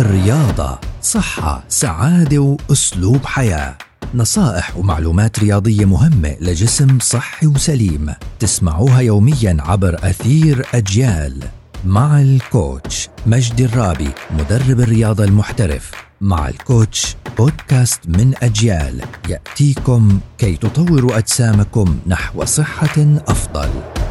الرياضة، صحة، سعادة وأسلوب حياة. نصائح ومعلومات رياضية مهمة لجسم صحي وسليم، تسمعوها يوميا عبر أثير أجيال مع الكوتش مجدي الرابي، مدرب الرياضة المحترف. مع الكوتش بودكاست من أجيال يأتيكم كي تطوروا أجسامكم نحو صحة أفضل.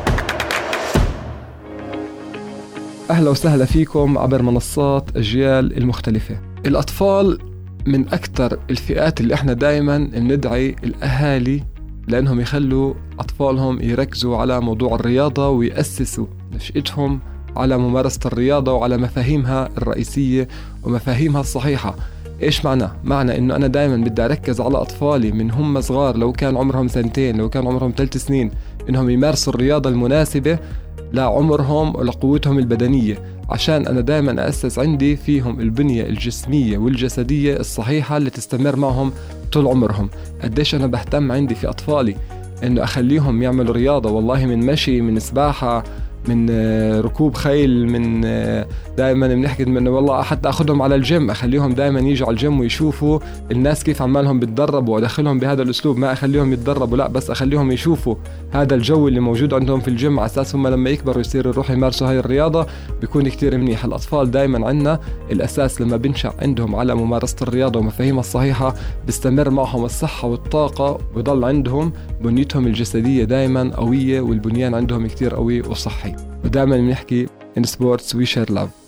أهلا وسهلا فيكم عبر منصات أجيال المختلفة. الأطفال من أكثر الفئات اللي احنا دايما ندعي الأهالي لأنهم يخلوا أطفالهم يركزوا على موضوع الرياضة ويأسسوا نشأتهم على ممارسة الرياضة وعلى مفاهيمها الرئيسية ومفاهيمها الصحيحة. إيش معنى إنه أنا دايما بدي أركز على أطفالي من هم صغار، لو كان عمرهم 2 لو كان عمرهم 3 سنين، إنهم يمارسوا الرياضة المناسبة لعمرهم ولقوتهم البدنية، عشان أنا دائما أسس عندي فيهم البنية الجسمية والجسدية الصحيحة اللي تستمر معهم طول عمرهم. قديش أنا بهتم عندي في أطفالي إنه أخليهم يعملوا رياضة، والله من مشي، من سباحة، من ركوب خيل، من دائما بنحكي من والله حتى أخذهم على الجيم، أخليهم دائما يجوا على الجيم ويشوفوا الناس كيف عمالهم بتدربوا، وأدخلهم بهذا الأسلوب. ما أخليهم يتدربوا، لا، بس أخليهم يشوفوا هذا الجو اللي موجود عندهم في الجيم، على أساس هم لما يكبروا يصيروا يروحوا يمارسوا هاي الرياضة بيكون كتير منيح. الأطفال دائما عنا الأساس لما بنشأ عندهم على ممارسة الرياضة ومفاهيمها الصحيحة بيستمر معهم الصحة والطاقة، ويضل عندهم بنيتهم الجسدية دائما قوية، والبنيان عندهم كتير قوي وصحي. ودائما بنحكي in sports we share love.